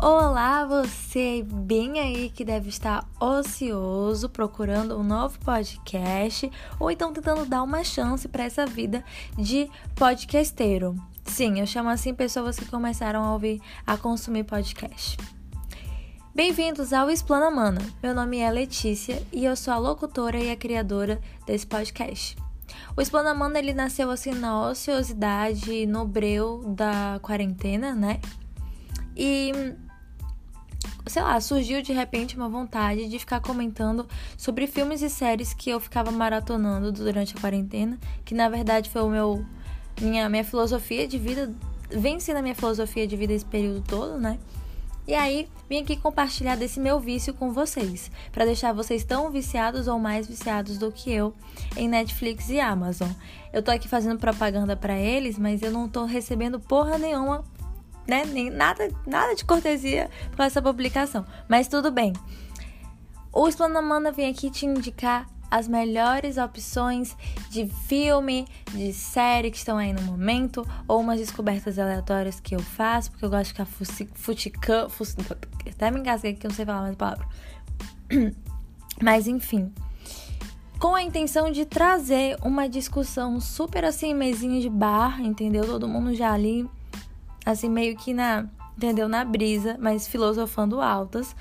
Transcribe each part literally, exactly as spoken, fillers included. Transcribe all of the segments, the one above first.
Olá, você bem aí que deve estar ocioso, procurando um novo podcast ou então tentando dar uma chance para essa vida de podcasteiro. Sim, eu chamo assim pessoas que começaram a ouvir, a consumir podcast. Bem-vindos ao Explana Mana. Meu nome é Letícia e eu sou a locutora e a criadora desse podcast. O Explana Mana, ele nasceu assim na ociosidade, no breu da quarentena, né? E, sei lá, surgiu de repente uma vontade de ficar comentando sobre filmes e séries que eu ficava maratonando durante a quarentena, que na verdade foi o meu, minha, minha filosofia de vida, vem sendo a minha filosofia de vida esse período todo, né? E aí, vim aqui compartilhar desse meu vício com vocês, para deixar vocês tão viciados ou mais viciados do que eu em Netflix e Amazon. Eu tô aqui fazendo propaganda para eles, mas eu não tô recebendo porra nenhuma, né? Nem, nada, nada de cortesia por essa publicação. Mas tudo bem. O Explana Mana vem aqui te indicar as melhores opções de filme, de série que estão aí no momento, ou umas descobertas aleatórias que eu faço, porque eu gosto de ficar futicando, até me engasguei aqui que eu não sei falar mais a palavra. Mas enfim, com a intenção de trazer uma discussão super assim, mesinha de bar, entendeu? Todo mundo já ali, assim, meio que na, entendeu? Na brisa, mas filosofando altas,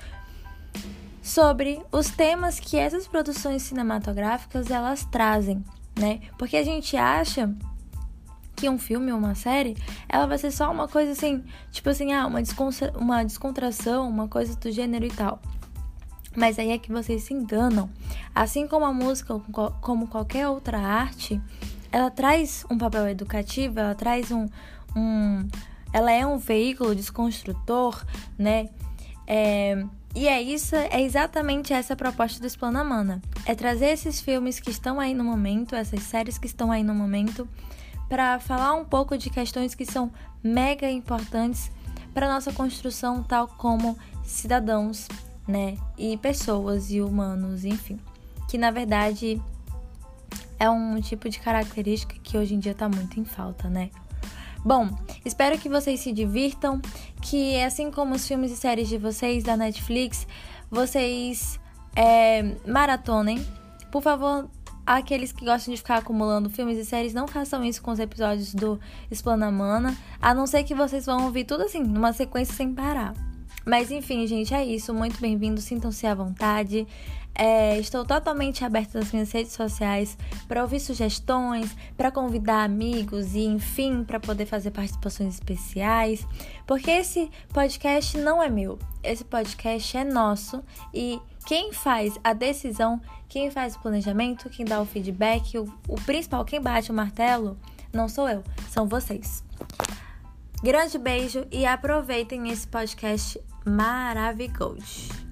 sobre os temas que essas produções cinematográficas elas trazem, né? Porque a gente acha que um filme ou uma série, ela vai ser só uma coisa assim, tipo assim, ah, uma, descontra- uma descontração, uma coisa do gênero e tal. Mas aí é que vocês se enganam. Assim como a música, como qualquer outra arte, ela traz um papel educativo, ela traz um... um ela é um veículo desconstrutor, né? É... E é isso, é exatamente essa a proposta do Explana Mana. É trazer esses filmes que estão aí no momento, essas séries que estão aí no momento, para falar um pouco de questões que são mega importantes para nossa construção, tal como cidadãos, né? E pessoas e humanos, enfim. Que na verdade é um tipo de característica que hoje em dia está muito em falta, né? Bom, espero que vocês se divirtam, que assim como os filmes e séries de vocês da Netflix, vocês é, maratonem. Por favor, aqueles que gostam de ficar acumulando filmes e séries, não façam isso com os episódios do Explana Mana, a não ser que vocês vão ouvir tudo assim, numa sequência sem parar. Mas enfim, gente, é isso. Muito bem-vindos, sintam-se à vontade. É, estou totalmente aberta nas minhas redes sociais para ouvir sugestões, para convidar amigos e, enfim, para poder fazer participações especiais, porque esse podcast não é meu, esse podcast é nosso e quem faz a decisão, quem faz o planejamento, quem dá o feedback, o, o principal, quem bate o martelo, não sou eu, são vocês. Grande beijo e aproveitem esse podcast maravilhoso.